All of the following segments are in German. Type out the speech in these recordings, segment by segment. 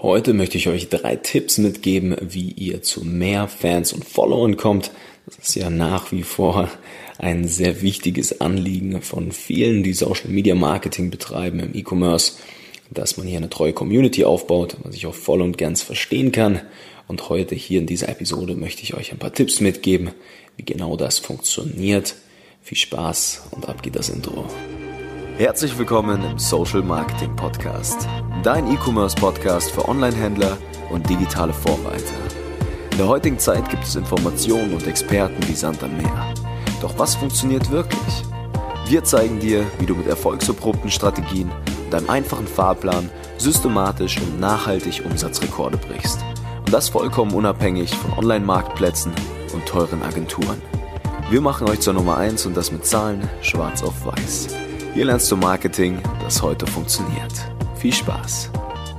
Heute möchte ich euch 3 Tipps mitgeben, wie ihr zu mehr Fans und Followern kommt. Das ist ja nach wie vor ein sehr wichtiges Anliegen von vielen, die Social Media Marketing betreiben im E-Commerce, dass man hier eine treue Community aufbaut, was ich auch voll und ganz verstehen kann. Und heute hier in dieser Episode möchte ich euch ein paar Tipps mitgeben, wie genau das funktioniert. Viel Spaß und ab geht das Intro. Herzlich willkommen im Social Marketing Podcast, dein E-Commerce-Podcast für Online-Händler und digitale Vorreiter. In der heutigen Zeit gibt es Informationen und Experten wie Sand am Meer. Doch was funktioniert wirklich? Wir zeigen dir, wie du mit erfolgserprobten Strategien und einem einfachen Fahrplan systematisch und nachhaltig Umsatzrekorde brichst. Und das vollkommen unabhängig von Online-Marktplätzen und teuren Agenturen. Wir machen euch zur Nummer 1 und das mit Zahlen schwarz auf weiß. Hier lernst du Marketing, das heute funktioniert. Viel Spaß!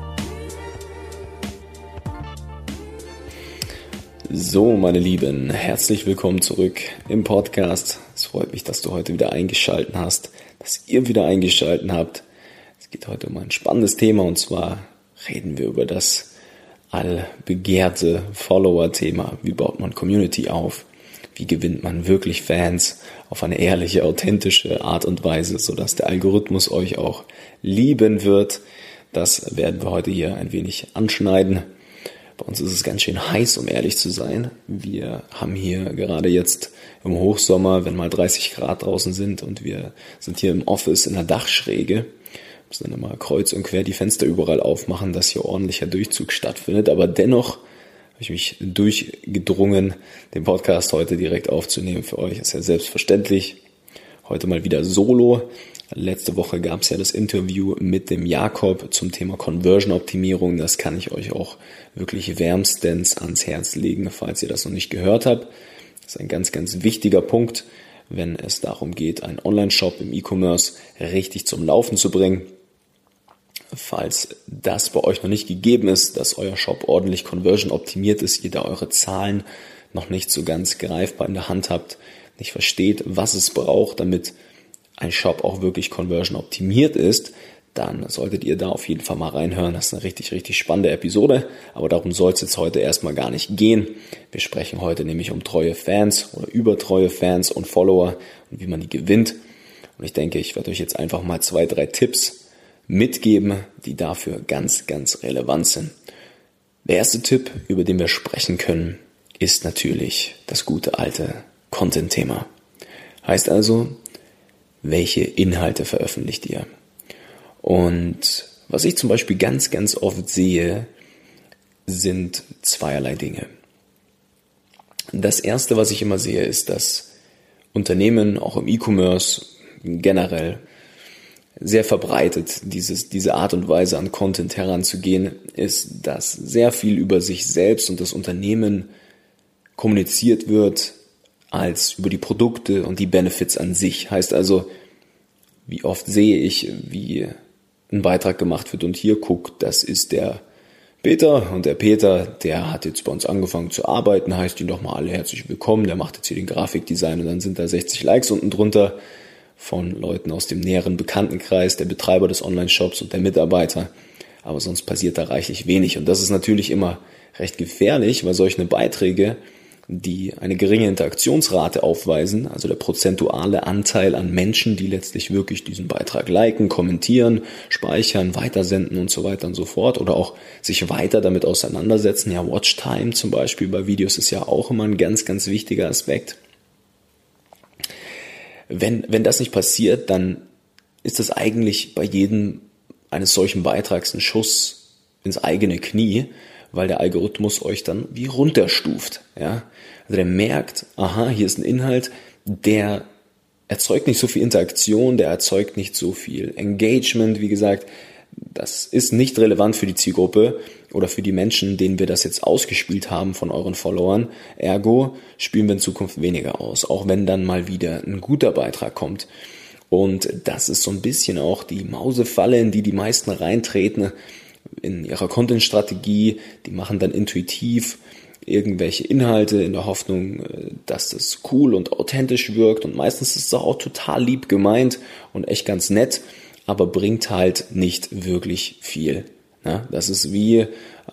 So, meine Lieben, herzlich willkommen zurück im Podcast. Es freut mich, dass du heute wieder eingeschaltet hast, dass ihr wieder eingeschaltet habt. Es geht heute um ein spannendes Thema und zwar reden wir über das allbegehrte Follower-Thema. Wie baut man Community auf? Wie gewinnt man wirklich Fans auf eine ehrliche, authentische Art und Weise, sodass der Algorithmus euch auch lieben wird? Das werden wir heute hier ein wenig anschneiden. Bei uns ist es ganz schön heiß, um ehrlich zu sein. Wir haben hier gerade jetzt im Hochsommer, wenn mal 30 Grad draußen sind und wir sind hier im Office in der Dachschräge, müssen dann immer kreuz und quer die Fenster überall aufmachen, dass hier ordentlicher Durchzug stattfindet. Aber dennoch habe ich mich durchgedrungen, den Podcast heute direkt aufzunehmen für euch. Ist ja selbstverständlich. Heute mal wieder solo. Letzte Woche gab es ja das Interview mit dem Jakob zum Thema Conversion-Optimierung. Das kann ich euch auch wirklich wärmstens ans Herz legen, falls ihr das noch nicht gehört habt. Das ist ein ganz, ganz wichtiger Punkt, wenn es darum geht, einen Online-Shop im E-Commerce richtig zum Laufen zu bringen. Falls das bei euch noch nicht gegeben ist, dass euer Shop ordentlich Conversion optimiert ist, ihr da eure Zahlen noch nicht so ganz greifbar in der Hand habt, nicht versteht, was es braucht, damit ein Shop auch wirklich Conversion optimiert ist, dann solltet ihr da auf jeden Fall mal reinhören. Das ist eine richtig, richtig spannende Episode, aber darum soll es jetzt heute erstmal gar nicht gehen. Wir sprechen heute nämlich um treue Fans oder über treue Fans und Follower und wie man die gewinnt. Und ich denke, ich werde euch jetzt einfach mal 2, 3 Tipps mitgeben, die dafür ganz, ganz relevant sind. Der erste Tipp, über den wir sprechen können, ist natürlich das gute alte Content-Thema. Heißt also, welche Inhalte veröffentlicht ihr? Und was ich zum Beispiel ganz, ganz oft sehe, sind zweierlei Dinge. Das erste, was ich immer sehe, ist, dass Unternehmen, auch im E-Commerce generell, sehr verbreitet, diese Art und Weise an Content heranzugehen, ist, dass sehr viel über sich selbst und das Unternehmen kommuniziert wird, als über die Produkte und die Benefits an sich. Heißt also, wie oft sehe ich, wie ein Beitrag gemacht wird und hier guckt, das ist der Peter und der Peter, der hat jetzt bei uns angefangen zu arbeiten, heißt ihn doch mal alle herzlich willkommen, der macht jetzt hier den Grafikdesign und dann sind da 60 Likes unten drunter von Leuten aus dem näheren Bekanntenkreis, der Betreiber des Online-Shops und der Mitarbeiter. Aber sonst passiert da reichlich wenig. Und das ist natürlich immer recht gefährlich, weil solche Beiträge, die eine geringe Interaktionsrate aufweisen, also der prozentuale Anteil an Menschen, die letztlich wirklich diesen Beitrag liken, kommentieren, speichern, weitersenden und so weiter und so fort oder auch sich weiter damit auseinandersetzen. Ja, Watchtime zum Beispiel bei Videos ist ja auch immer ein ganz, ganz wichtiger Aspekt. Wenn das nicht passiert, dann ist das eigentlich bei jedem eines solchen Beitrags ein Schuss ins eigene Knie, weil der Algorithmus euch dann wie runterstuft. Ja? Also der merkt, aha, hier ist ein Inhalt, der erzeugt nicht so viel Interaktion, der erzeugt nicht so viel Engagement, wie gesagt. Das ist nicht relevant für die Zielgruppe oder für die Menschen, denen wir das jetzt ausgespielt haben von euren Followern. Ergo spielen wir in Zukunft weniger aus, auch wenn dann mal wieder ein guter Beitrag kommt. Und das ist so ein bisschen auch die Mausefalle, in die die meisten reintreten in ihrer Content-Strategie. Die machen dann intuitiv irgendwelche Inhalte in der Hoffnung, dass das cool und authentisch wirkt. Und meistens ist es auch total lieb gemeint und echt ganz nett, aber bringt halt nicht wirklich viel Ja, das ist wie,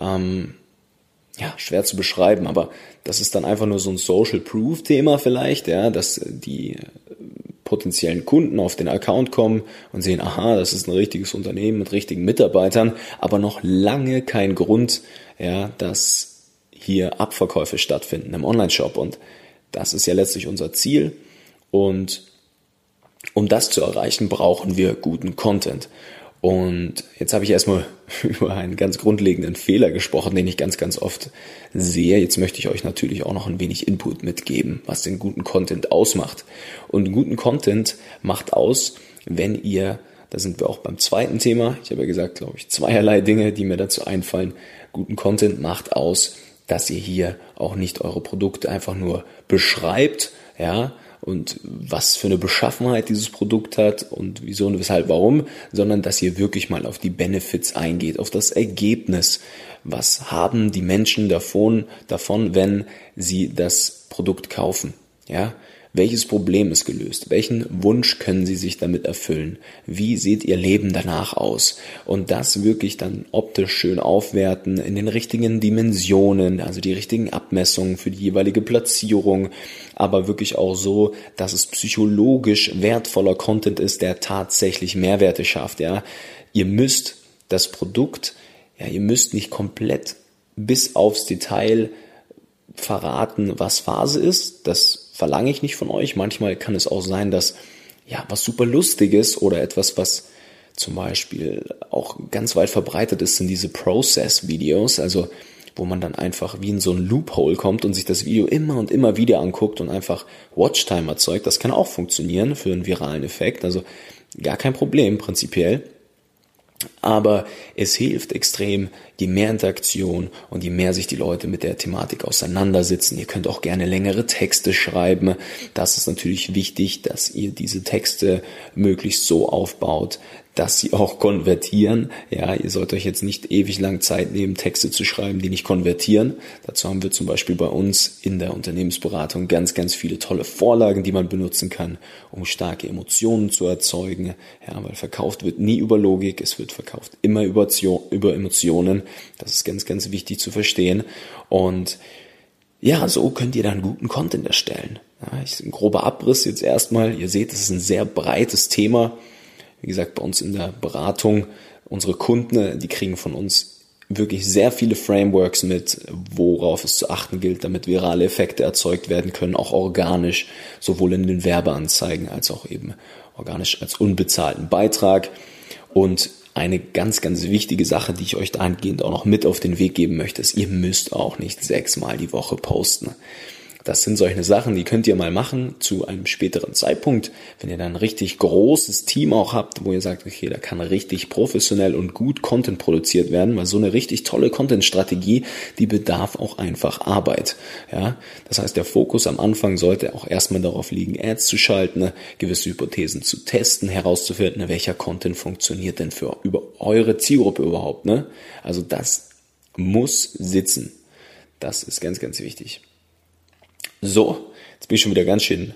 schwer zu beschreiben, aber das ist dann einfach nur so ein Social Proof Thema vielleicht, ja, dass die potenziellen Kunden auf den Account kommen und sehen, aha, das ist ein richtiges Unternehmen mit richtigen Mitarbeitern, aber noch lange kein Grund, ja, dass hier Abverkäufe stattfinden im Online-Shop. Und das ist ja letztlich unser Ziel. Und um das zu erreichen, brauchen wir guten Content. Und jetzt habe ich erstmal über einen ganz grundlegenden Fehler gesprochen, den ich ganz, ganz oft sehe. Jetzt möchte ich euch natürlich auch noch ein wenig Input mitgeben, was den guten Content ausmacht. Und guten Content macht aus, wenn ihr, da sind wir auch beim zweiten Thema, ich habe ja gesagt, glaube ich, zweierlei Dinge, die mir dazu einfallen. Guten Content macht aus, dass ihr hier auch nicht eure Produkte einfach nur beschreibt, ja, und was für eine Beschaffenheit dieses Produkt hat und wieso und weshalb, warum, sondern dass ihr wirklich mal auf die Benefits eingeht, auf das Ergebnis. Was haben die Menschen davon, wenn sie das Produkt kaufen? Ja? Welches Problem ist gelöst? Welchen Wunsch können sie sich damit erfüllen? Wie sieht ihr Leben danach aus? Und das wirklich dann optisch schön aufwerten in den richtigen Dimensionen, also die richtigen Abmessungen für die jeweilige Platzierung, aber wirklich auch so, dass es psychologisch wertvoller Content ist, der tatsächlich Mehrwerte schafft. Ja, ihr müsst das Produkt, ihr müsst nicht komplett bis aufs Detail verraten, was Phase ist. Das verlange ich nicht von euch. Manchmal kann es auch sein, dass was super Lustiges oder etwas, was zum Beispiel auch ganz weit verbreitet ist, sind diese Process-Videos, also wo man dann einfach wie in so ein Loophole kommt und sich das Video immer und immer wieder anguckt und einfach Watchtime erzeugt. Das kann auch funktionieren für einen viralen Effekt, also gar kein Problem prinzipiell. Aber es hilft extrem, je mehr Interaktion und je mehr sich die Leute mit der Thematik auseinandersetzen. Ihr könnt auch gerne längere Texte schreiben. Das ist natürlich wichtig, dass ihr diese Texte möglichst so aufbaut, dass sie auch konvertieren. Ja, ihr sollt euch jetzt nicht ewig lang Zeit nehmen, Texte zu schreiben, die nicht konvertieren. Dazu haben wir zum Beispiel bei uns in der Unternehmensberatung ganz, ganz viele tolle Vorlagen, die man benutzen kann, um starke Emotionen zu erzeugen. Ja, weil verkauft wird nie über Logik, es wird verkauft immer über Emotionen. Das ist ganz, ganz wichtig zu verstehen. Und so könnt ihr dann guten Content erstellen. Ja, ein grober Abriss jetzt erstmal. Ihr seht, es ist ein sehr breites Thema. Wie gesagt, bei uns in der Beratung, unsere Kunden, die kriegen von uns wirklich sehr viele Frameworks mit, worauf es zu achten gilt, damit virale Effekte erzeugt werden können, auch organisch, sowohl in den Werbeanzeigen als auch eben organisch als unbezahlten Beitrag. Und eine ganz, ganz wichtige Sache, die ich euch dahingehend auch noch mit auf den Weg geben möchte, ist, ihr müsst auch nicht 6-mal die Woche posten. Das sind solche Sachen, die könnt ihr mal machen zu einem späteren Zeitpunkt, wenn ihr dann ein richtig großes Team auch habt, wo ihr sagt, okay, da kann richtig professionell und gut Content produziert werden, weil so eine richtig tolle Content-Strategie, die bedarf auch einfach Arbeit. Ja, das heißt, der Fokus am Anfang sollte auch erstmal darauf liegen, Ads zu schalten, gewisse Hypothesen zu testen, herauszufinden, welcher Content funktioniert denn für eure Zielgruppe überhaupt. Ne? Also das muss sitzen. Das ist ganz, ganz wichtig. So, jetzt bin ich schon wieder ganz schön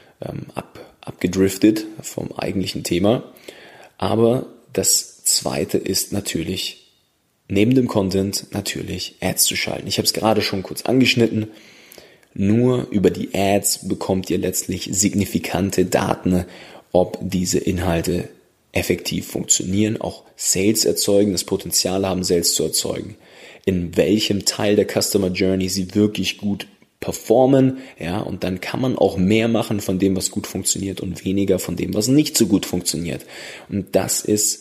abgedriftet vom eigentlichen Thema. Aber das Zweite ist natürlich, neben dem Content natürlich Ads zu schalten. Ich habe es gerade schon kurz angeschnitten. Nur über die Ads bekommt ihr letztlich signifikante Daten, ob diese Inhalte effektiv funktionieren, auch Sales erzeugen, das Potenzial haben, Sales zu erzeugen. In welchem Teil der Customer Journey sie wirklich gut performen, und dann kann man auch mehr machen von dem, was gut funktioniert und weniger von dem, was nicht so gut funktioniert. Und das ist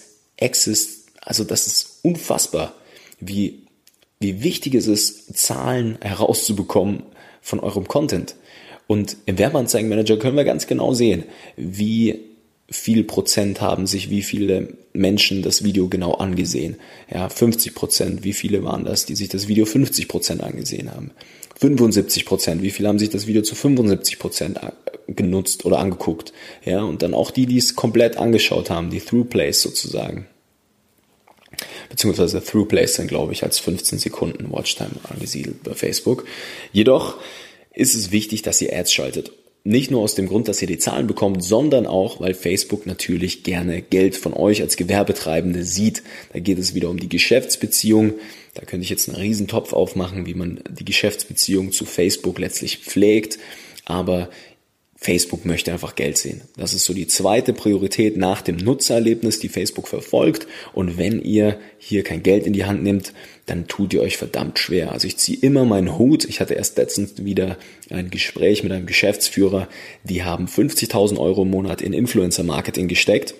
das ist unfassbar, wie wichtig es ist, Zahlen herauszubekommen von eurem Content. Und im Werbeanzeigenmanager können wir ganz genau sehen, wie viel Prozent haben sich wie viele Menschen das Video genau angesehen. 50%, wie viele waren das, die sich das Video 50% angesehen haben? 75%, wie viele haben sich das Video zu 75% genutzt oder angeguckt? Und dann auch die es komplett angeschaut haben, die Through-Plays sozusagen. Beziehungsweise Through-Plays sind, glaube ich, als 15 Sekunden Watchtime angesiedelt bei Facebook. Jedoch ist es wichtig, dass ihr Ads schaltet. nicht nur aus dem Grund, dass ihr die Zahlen bekommt, sondern auch, weil Facebook natürlich gerne Geld von euch als Gewerbetreibende sieht. Da geht es wieder um die Geschäftsbeziehung. Da könnte ich jetzt einen riesen Topf aufmachen, wie man die Geschäftsbeziehung zu Facebook letztlich pflegt. Aber Facebook möchte einfach Geld sehen. Das ist so die zweite Priorität nach dem Nutzererlebnis, die Facebook verfolgt. Und wenn ihr hier kein Geld in die Hand nehmt, dann tut ihr euch verdammt schwer. Also ich ziehe immer meinen Hut. Ich hatte erst letztens wieder ein Gespräch mit einem Geschäftsführer. Die haben 50.000 € im Monat in Influencer-Marketing gesteckt.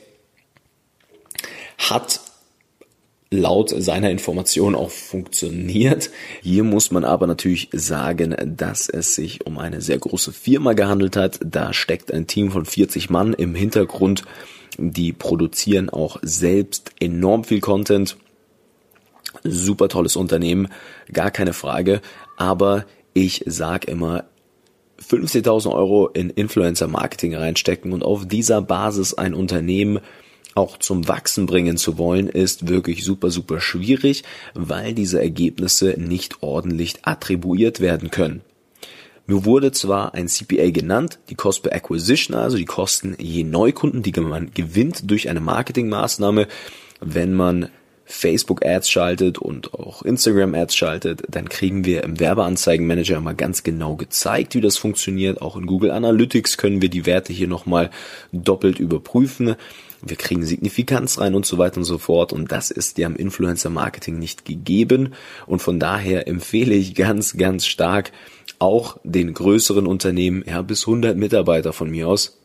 Hat laut seiner Information auch funktioniert. Hier muss man aber natürlich sagen, dass es sich um eine sehr große Firma gehandelt hat. Da steckt ein Team von 40 Mann im Hintergrund. Die produzieren auch selbst enorm viel Content. Super tolles Unternehmen, gar keine Frage. Aber ich sage immer, 50.000 € in Influencer-Marketing reinstecken und auf dieser Basis ein Unternehmen auch zum Wachsen bringen zu wollen, ist wirklich super, super schwierig, weil diese Ergebnisse nicht ordentlich attribuiert werden können. Mir wurde zwar ein CPA genannt, die Cost per Acquisition, also die Kosten je Neukunden, die man gewinnt durch eine Marketingmaßnahme, wenn man Facebook-Ads schaltet und auch Instagram-Ads schaltet, dann kriegen wir im Werbeanzeigenmanager immer ganz genau gezeigt, wie das funktioniert. Auch in Google Analytics können wir die Werte hier nochmal doppelt überprüfen. Wir kriegen Signifikanz rein und so weiter und so fort. Und das ist ja im Influencer-Marketing nicht gegeben. Und von daher empfehle ich ganz, ganz stark auch den größeren Unternehmen, ja bis 100 Mitarbeiter von mir aus,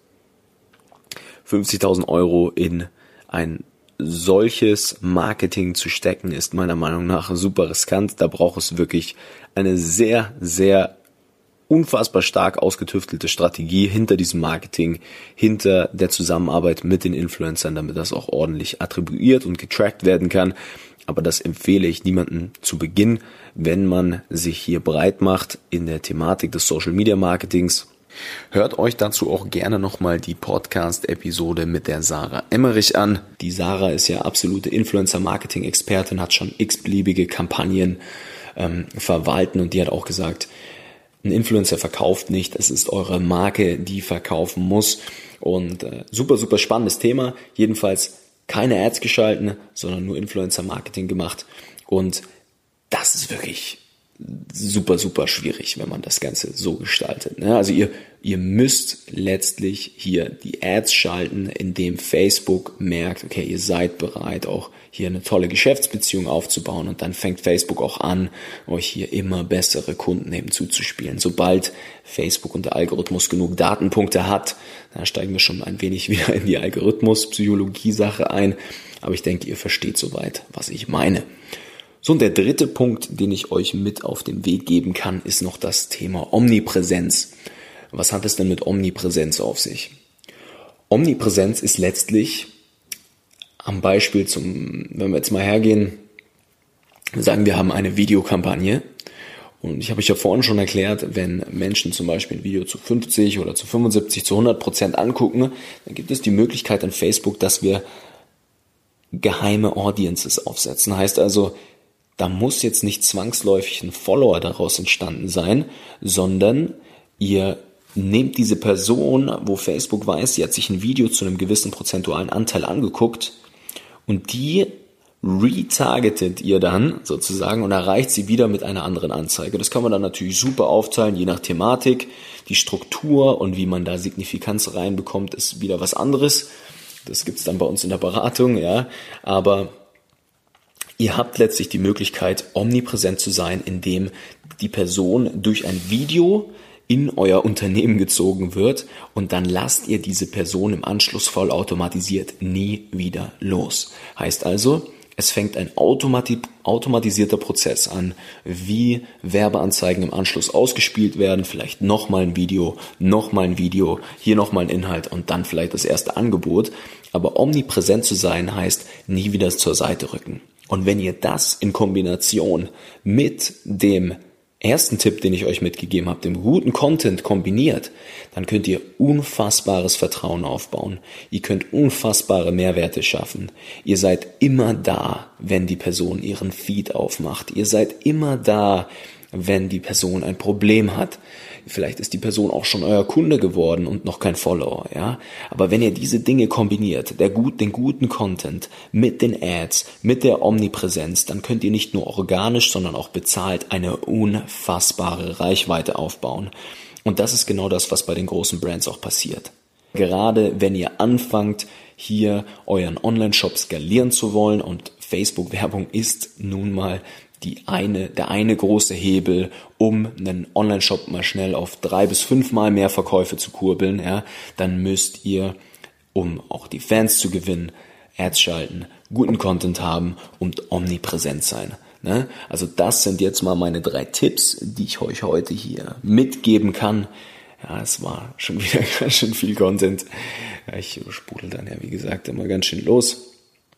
50.000 € in ein solches Marketing zu stecken, ist meiner Meinung nach super riskant. Da braucht es wirklich eine sehr, sehr unfassbar stark ausgetüftelte Strategie hinter diesem Marketing, hinter der Zusammenarbeit mit den Influencern, damit das auch ordentlich attribuiert und getrackt werden kann. Aber das empfehle ich niemandem zu Beginn, wenn man sich hier breit macht in der Thematik des Social Media Marketings. Hört euch dazu auch gerne nochmal die Podcast-Episode mit der Sarah Emmerich an. Die Sarah ist ja absolute Influencer-Marketing-Expertin, hat schon x-beliebige Kampagnen verwalten und die hat auch gesagt, ein Influencer verkauft nicht, es ist eure Marke, die verkaufen muss. Und super, super spannendes Thema. Jedenfalls keine Ads geschalten, sondern nur Influencer-Marketing gemacht. Und das ist wirklich super, super schwierig, wenn man das Ganze so gestaltet. Also ihr müsst letztlich hier die Ads schalten, indem Facebook merkt, okay, ihr seid bereit, auch hier eine tolle Geschäftsbeziehung aufzubauen und dann fängt Facebook auch an, euch hier immer bessere Kunden eben zuzuspielen. Sobald Facebook und der Algorithmus genug Datenpunkte hat, da steigen wir schon ein wenig wieder in die Algorithmus-Psychologie-Sache ein, aber ich denke, ihr versteht soweit, was ich meine. So, und der dritte Punkt, den ich euch mit auf den Weg geben kann, ist noch das Thema Omnipräsenz. Was hat es denn mit Omnipräsenz auf sich? Omnipräsenz ist letztlich am Beispiel wenn wir jetzt mal hergehen, sagen wir haben eine Videokampagne und ich habe euch ja vorhin schon erklärt, wenn Menschen zum Beispiel ein Video zu 50 oder zu 75, zu 100% angucken, dann gibt es die Möglichkeit an Facebook, dass wir geheime Audiences aufsetzen. Heißt also, da muss jetzt nicht zwangsläufig ein Follower daraus entstanden sein, sondern ihr nehmt diese Person, wo Facebook weiß, sie hat sich ein Video zu einem gewissen prozentualen Anteil angeguckt und die retargetet ihr dann sozusagen und erreicht sie wieder mit einer anderen Anzeige. Das kann man dann natürlich super aufteilen, je nach Thematik. Die Struktur und wie man da Signifikanz reinbekommt, ist wieder was anderes. Das gibt's dann bei uns in der Beratung, ja. Aber ihr habt letztlich die Möglichkeit, omnipräsent zu sein, indem die Person durch ein Video in euer Unternehmen gezogen wird und dann lasst ihr diese Person im Anschluss vollautomatisiert nie wieder los. Heißt also, es fängt ein automatisierter Prozess an, wie Werbeanzeigen im Anschluss ausgespielt werden, vielleicht nochmal ein Video, hier nochmal ein Inhalt und dann vielleicht das erste Angebot. Aber omnipräsent zu sein heißt, nie wieder zur Seite rücken. Und wenn ihr das in Kombination mit dem ersten Tipp, den ich euch mitgegeben habe, dem guten Content kombiniert, dann könnt ihr unfassbares Vertrauen aufbauen. Ihr könnt unfassbare Mehrwerte schaffen. Ihr seid immer da, wenn die Person ihren Feed aufmacht. Ihr seid immer da, wenn die Person ein Problem hat. Vielleicht ist die Person auch schon euer Kunde geworden und noch kein Follower, ja. Aber wenn ihr diese Dinge kombiniert, den guten Content mit den Ads, mit der Omnipräsenz, dann könnt ihr nicht nur organisch, sondern auch bezahlt eine unfassbare Reichweite aufbauen. Und das ist genau das, was bei den großen Brands auch passiert. Gerade wenn ihr anfangt, hier euren Online-Shop skalieren zu wollen, und Facebook-Werbung ist nun mal der eine große Hebel, um einen Online-Shop mal schnell auf 3 bis 5 Mal mehr Verkäufe zu kurbeln, ja, dann müsst ihr, um auch die Fans zu gewinnen, Ads schalten, guten Content haben und omnipräsent sein. Ne? Also das sind jetzt mal meine 3 Tipps, die ich euch heute hier mitgeben kann. Ja, es war schon wieder ganz schön viel Content. Ja, ich sprudel dann ja, wie gesagt, immer ganz schön los.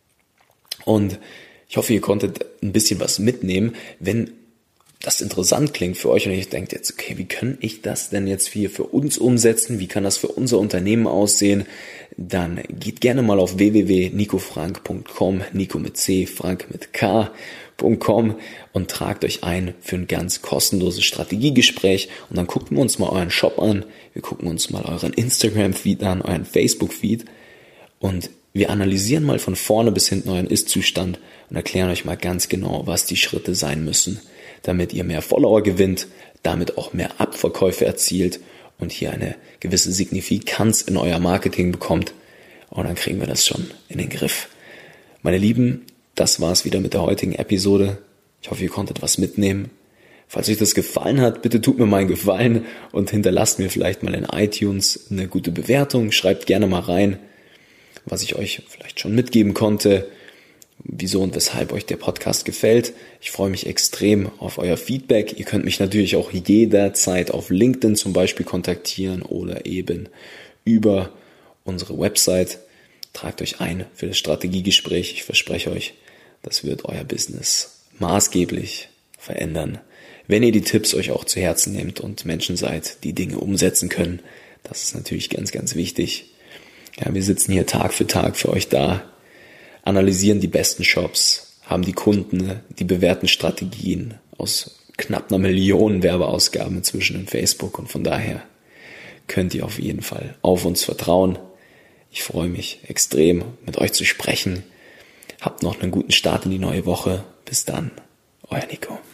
Und ich hoffe, ihr konntet ein bisschen was mitnehmen. Wenn das interessant klingt für euch und ihr denkt jetzt, okay, wie kann ich das denn jetzt hier für uns umsetzen? Wie kann das für unser Unternehmen aussehen? Dann geht gerne mal auf www.nicofrank.com, Nico mit C, Frank mit K.com und tragt euch ein für ein ganz kostenloses Strategiegespräch. Und dann gucken wir uns mal euren Shop an, wir gucken uns mal euren Instagram-Feed an, euren Facebook-Feed und wir analysieren mal von vorne bis hinten euren Ist-Zustand und erklären euch mal ganz genau, was die Schritte sein müssen, damit ihr mehr Follower gewinnt, damit auch mehr Abverkäufe erzielt und hier eine gewisse Signifikanz in euer Marketing bekommt. Und dann kriegen wir das schon in den Griff. Meine Lieben, das war's wieder mit der heutigen Episode. Ich hoffe, ihr konntet was mitnehmen. Falls euch das gefallen hat, bitte tut mir mal einen Gefallen und hinterlasst mir vielleicht mal in iTunes eine gute Bewertung. Schreibt gerne mal rein, was ich euch vielleicht schon mitgeben konnte, wieso und weshalb euch der Podcast gefällt. Ich freue mich extrem auf euer Feedback. Ihr könnt mich natürlich auch jederzeit auf LinkedIn zum Beispiel kontaktieren oder eben über unsere Website. Tragt euch ein für das Strategiegespräch. Ich verspreche euch, das wird euer Business maßgeblich verändern, wenn ihr die Tipps euch auch zu Herzen nehmt und Menschen seid, die Dinge umsetzen können. Das ist natürlich ganz, ganz wichtig. Ja, wir sitzen hier Tag für Tag für euch da, analysieren die besten Shops, haben die Kunden, die bewährten Strategien aus knapp 1 Million Werbeausgaben inzwischen in Facebook und von daher könnt ihr auf jeden Fall auf uns vertrauen. Ich freue mich extrem, mit euch zu sprechen. Habt noch einen guten Start in die neue Woche. Bis dann, euer Nico.